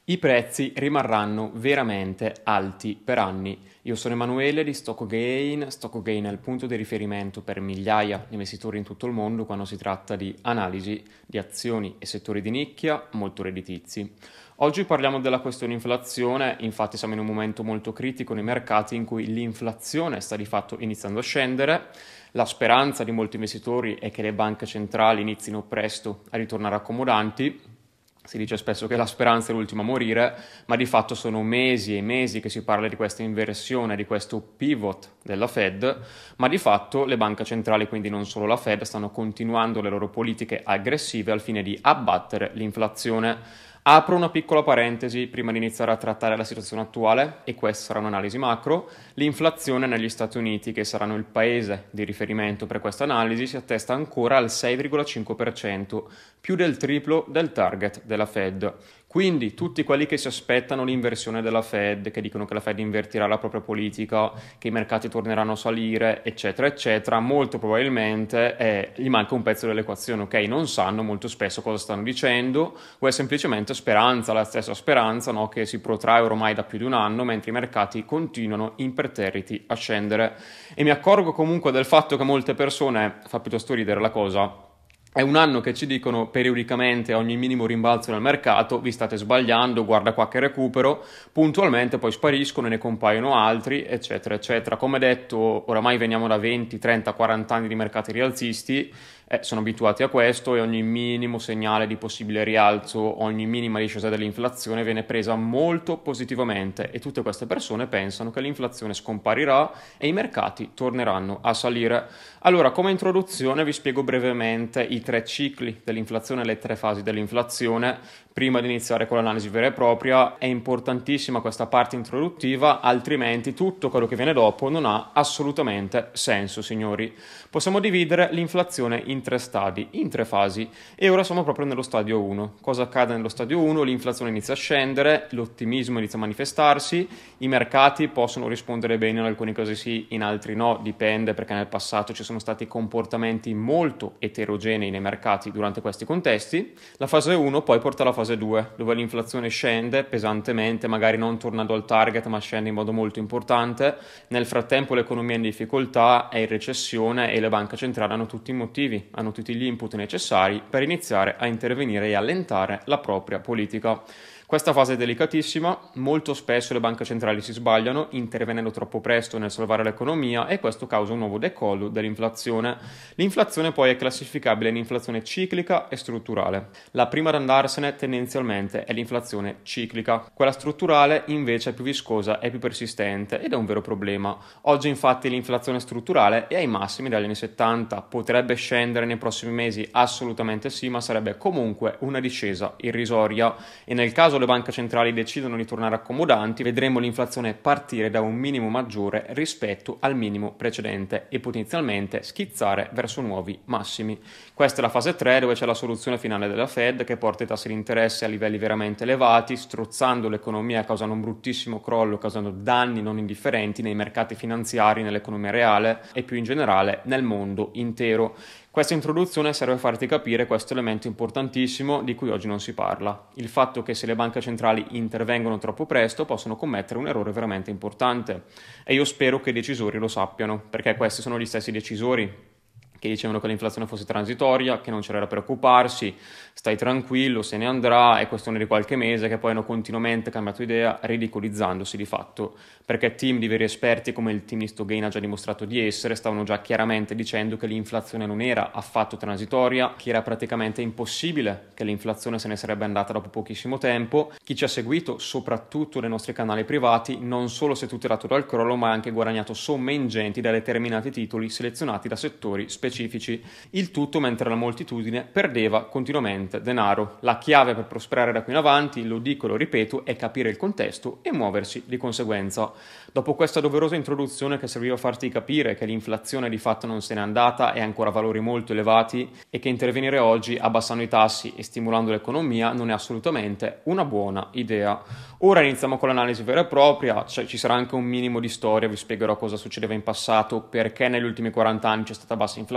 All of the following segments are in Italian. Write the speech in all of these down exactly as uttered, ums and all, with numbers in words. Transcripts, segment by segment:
I prezzi rimarranno veramente alti per anni. Io sono Emanuele di StockGain. StockGain è il punto di riferimento per migliaia di investitori in tutto il mondo quando si tratta di analisi di azioni e settori di nicchia molto redditizi. Oggi parliamo della questione inflazione, infatti siamo in un momento molto critico nei mercati in cui l'inflazione sta di fatto iniziando a scendere. La speranza di molti investitori è che le banche centrali inizino presto a ritornare accomodanti. Si dice spesso che la speranza è l'ultima a morire, ma di fatto sono mesi e mesi che si parla di questa inversione, di questo pivot della Fed, ma di fatto le banche centrali, quindi non solo la Fed, stanno continuando le loro politiche aggressive al fine di abbattere l'inflazione. Apro una piccola parentesi prima di iniziare a trattare la situazione attuale, e questa sarà un'analisi macro. L'inflazione negli Stati Uniti, che saranno il paese di riferimento per questa analisi, si attesta ancora al sei virgola cinque per cento, più del triplo del target della Fed. Quindi tutti quelli che si aspettano l'inversione della Fed, che dicono che la Fed invertirà la propria politica, che i mercati torneranno a salire, eccetera, eccetera, molto probabilmente eh, gli manca un pezzo dell'equazione, ok? Non sanno molto spesso cosa stanno dicendo, o è semplicemente speranza, la stessa speranza, no? Che si protrae ormai da più di un anno, mentre i mercati continuano imperterriti a scendere. E mi accorgo comunque del fatto che molte persone, fa piuttosto ridere la cosa, è un anno che ci dicono periodicamente a ogni minimo rimbalzo nel mercato: vi state sbagliando, guarda qua che recupero, puntualmente poi spariscono e ne compaiono altri, eccetera, eccetera. Come detto, oramai veniamo da venti, trenta, quaranta anni di mercati rialzisti, eh, sono abituati a questo, e ogni minimo segnale di possibile rialzo, ogni minima discesa dell'inflazione viene presa molto positivamente, e tutte queste persone pensano che l'inflazione scomparirà e i mercati torneranno a salire. Allora, come introduzione vi spiego brevemente i tre cicli dell'inflazione, le tre fasi dell'inflazione. Prima di iniziare con l'analisi vera e propria, è importantissima questa parte introduttiva, altrimenti tutto quello che viene dopo non ha assolutamente senso, signori. Possiamo dividere l'inflazione in tre stadi, in tre fasi, e ora siamo proprio nello stadio uno. Cosa accade nello stadio uno? L'inflazione inizia a scendere, l'ottimismo inizia a manifestarsi, i mercati possono rispondere bene, in alcuni casi sì, in altri no, dipende, perché nel passato ci sono stati comportamenti molto eterogenei nei mercati durante questi contesti. La fase uno poi porta alla fase due, dove l'inflazione scende pesantemente, magari non tornando al target, ma scende in modo molto importante. Nel frattempo l'economia è in difficoltà, è in recessione, e le banche centrali hanno tutti i motivi, hanno tutti gli input necessari per iniziare a intervenire e allentare la propria politica. Questa fase è delicatissima, molto spesso le banche centrali si sbagliano intervenendo troppo presto nel salvare l'economia, e questo causa un nuovo decollo dell'inflazione. L'inflazione poi è classificabile in inflazione ciclica e strutturale. La prima ad andarsene tendenzialmente è l'inflazione ciclica, quella strutturale invece è più viscosa e più persistente, ed è un vero problema. Oggi infatti l'inflazione strutturale è ai massimi dagli anni settanta, potrebbe scendere nei prossimi mesi? Assolutamente sì, ma sarebbe comunque una discesa irrisoria, e nel caso le banche centrali decidono di tornare accomodanti, vedremo l'inflazione partire da un minimo maggiore rispetto al minimo precedente e potenzialmente schizzare verso nuovi massimi. Questa è la fase tre, dove c'è la soluzione finale della Fed, che porta i tassi di interesse a livelli veramente elevati, strozzando l'economia, causando un bruttissimo crollo, causando danni non indifferenti nei mercati finanziari, nell'economia reale e più in generale nel mondo intero. Questa introduzione serve a farti capire questo elemento importantissimo di cui oggi non si parla: il fatto che se le banche centrali intervengono troppo presto possono commettere un errore veramente importante, e io spero che i decisori lo sappiano, perché questi sono gli stessi decisori che dicevano che l'inflazione fosse transitoria, che non c'era da preoccuparsi, stai tranquillo, se ne andrà, è questione di qualche mese, che poi hanno continuamente cambiato idea, ridicolizzandosi di fatto, perché team di veri esperti, come il team di StockGain ha già dimostrato di essere, stavano già chiaramente dicendo che l'inflazione non era affatto transitoria, che era praticamente impossibile che l'inflazione se ne sarebbe andata dopo pochissimo tempo. Chi ci ha seguito, soprattutto nei nostri canali privati, non solo si è tutelato dal crollo, ma ha anche guadagnato somme ingenti da determinati titoli selezionati da settori specifici. specifici, il tutto mentre la moltitudine perdeva continuamente denaro. La chiave per prosperare da qui in avanti, lo dico e lo ripeto, è capire il contesto e muoversi di conseguenza. Dopo questa doverosa introduzione che serviva a farti capire che l'inflazione di fatto non se n'è andata e ha ancora valori molto elevati, e che intervenire oggi abbassando i tassi e stimolando l'economia non è assolutamente una buona idea. Ora iniziamo con l'analisi vera e propria, cioè ci sarà anche un minimo di storia, vi spiegherò cosa succedeva in passato, perché negli ultimi quaranta anni c'è stata bassa inflazione,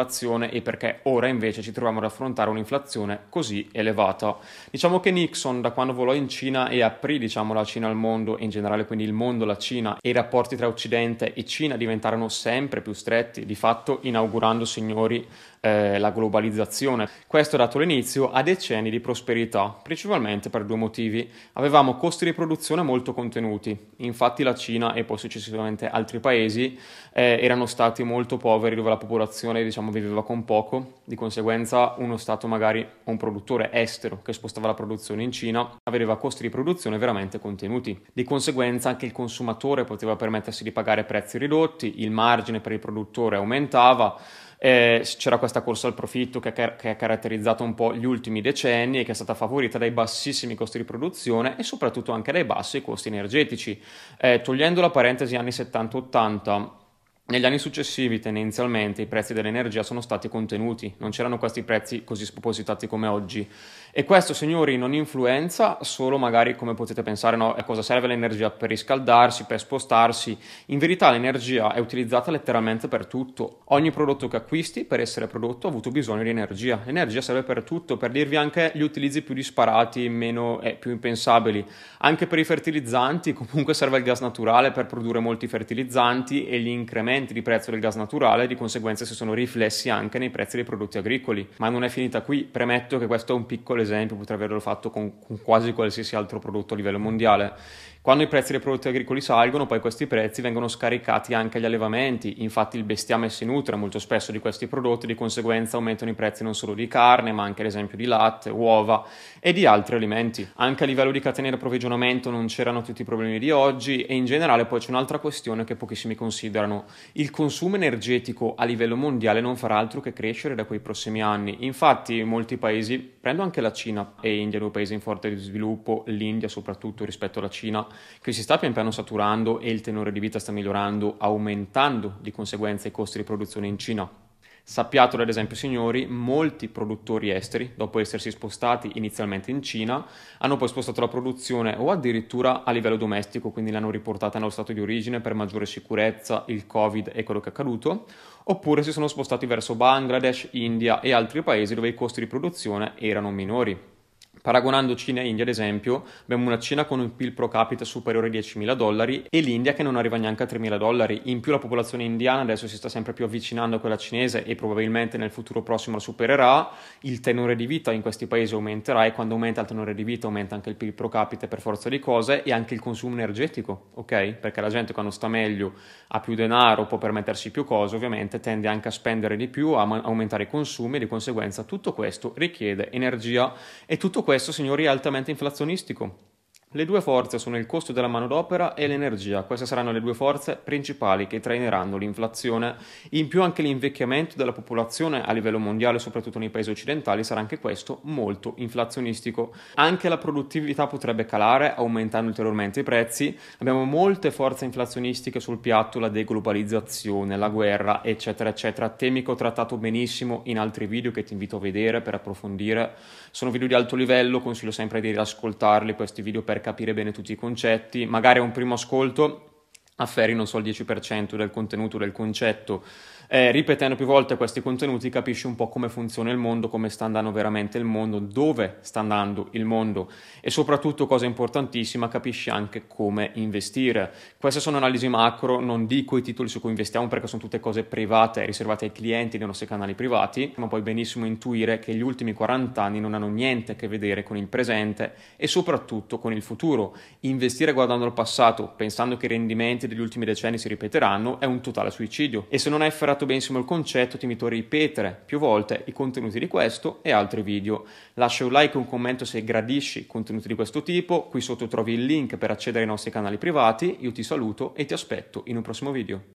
l'inflazione e perché ora invece ci troviamo ad affrontare un'inflazione così elevata. Diciamo che Nixon, da quando volò in Cina e aprì, diciamo, la Cina al mondo e in generale quindi il mondo, la Cina, e i rapporti tra Occidente e Cina diventarono sempre più stretti, di fatto inaugurando, signori, eh, la globalizzazione. Questo ha dato l'inizio a decenni di prosperità, principalmente per due motivi. Avevamo costi di produzione molto contenuti, infatti la Cina e poi successivamente altri paesi eh, erano stati molto poveri dove la popolazione, diciamo, viveva con poco, di conseguenza uno stato magari o un produttore estero che spostava la produzione in Cina aveva costi di produzione veramente contenuti, di conseguenza anche il consumatore poteva permettersi di pagare prezzi ridotti, il margine per il produttore aumentava. Eh, c'era questa corsa al profitto che, che ha caratterizzato un po' gli ultimi decenni e che è stata favorita dai bassissimi costi di produzione e soprattutto anche dai bassi costi energetici. Eh, togliendo la parentesi anni settanta ottanta, negli anni successivi tendenzialmente i prezzi dell'energia sono stati contenuti, non c'erano questi prezzi così spropositati come oggi. E questo, signori, non influenza solo magari, come potete pensare, no, a cosa serve l'energia per riscaldarsi, per spostarsi. In verità l'energia è utilizzata letteralmente per tutto. Ogni prodotto che acquisti per essere prodotto ha avuto bisogno di energia. L'energia serve per tutto, per dirvi anche gli utilizzi più disparati, meno, eh, più impensabili. Anche per i fertilizzanti comunque serve il gas naturale per produrre molti fertilizzanti e gli incrementi di prezzo del gas naturale di conseguenza si sono riflessi anche nei prezzi dei prodotti agricoli. Ma non è finita qui, premetto che questo è un piccolo esempio, potrei averlo fatto con, con quasi qualsiasi altro prodotto a livello mondiale. Quando i prezzi dei prodotti agricoli salgono, poi questi prezzi vengono scaricati anche agli allevamenti, infatti il bestiame si nutre molto spesso di questi prodotti, di conseguenza aumentano i prezzi non solo di carne, ma anche ad esempio di latte, uova e di altri alimenti. Anche a livello di catene di approvvigionamento non c'erano tutti i problemi di oggi e in generale poi c'è un'altra questione che pochissimi considerano. Il consumo energetico a livello mondiale non farà altro che crescere da quei prossimi anni. Infatti molti paesi, prendo anche la Cina e India, due paesi in forte sviluppo, l'India soprattutto rispetto alla Cina, che si sta pian piano saturando e il tenore di vita sta migliorando, aumentando di conseguenza i costi di produzione in Cina. Sappiatelo ad esempio, signori, molti produttori esteri, dopo essersi spostati inizialmente in Cina, hanno poi spostato la produzione o addirittura a livello domestico, quindi l'hanno riportata nello stato di origine per maggiore sicurezza, il Covid e quello che è accaduto, oppure si sono spostati verso Bangladesh, India e altri paesi dove i costi di produzione erano minori. Paragonando Cina e India, ad esempio, abbiamo una Cina con un P I L pro capite superiore ai diecimila dollari e l'India che non arriva neanche a tremila dollari. In più la popolazione indiana adesso si sta sempre più avvicinando a quella cinese e probabilmente nel futuro prossimo la supererà. Il tenore di vita in questi paesi aumenterà e quando aumenta il tenore di vita aumenta anche il P I L pro capite per forza di cose e anche il consumo energetico, ok? Perché la gente quando sta meglio, ha più denaro, può permettersi più cose, ovviamente tende anche a spendere di più, a aumentare i consumi e di conseguenza tutto questo richiede energia e tutto questo, signori, è altamente inflazionistico. Le due forze sono il costo della manodopera e l'energia. Queste saranno le due forze principali che traineranno l'inflazione. In più anche l'invecchiamento della popolazione a livello mondiale, soprattutto nei paesi occidentali, sarà anche questo molto inflazionistico. Anche la produttività potrebbe calare, aumentando ulteriormente i prezzi. Abbiamo molte forze inflazionistiche sul piatto, la deglobalizzazione, la guerra, eccetera, eccetera. Temi che ho trattato benissimo in altri video che ti invito a vedere per approfondire. Sono video di alto livello, consiglio sempre di riascoltarli questi video per capire bene tutti i concetti. Magari a un primo ascolto afferri, non so, il dieci per cento del contenuto del concetto. Eh, ripetendo più volte questi contenuti capisci un po' come funziona il mondo, come sta andando veramente il mondo, dove sta andando il mondo e soprattutto, cosa importantissima, capisci anche come investire. Queste sono analisi macro, non dico i titoli su cui investiamo perché sono tutte cose private riservate ai clienti dei nostri canali privati, ma puoi benissimo intuire che gli ultimi quaranta anni non hanno niente a che vedere con il presente e soprattutto con il futuro. Investire guardando al passato pensando che i rendimenti degli ultimi decenni si ripeteranno è un totale suicidio e se non hai afferrato benissimo il concetto ti invito a ripetere più volte i contenuti di questo e altri video. Lascia un like e un commento se gradisci contenuti di questo tipo, qui sotto trovi il link per accedere ai nostri canali privati. Io ti saluto e ti aspetto in un prossimo video.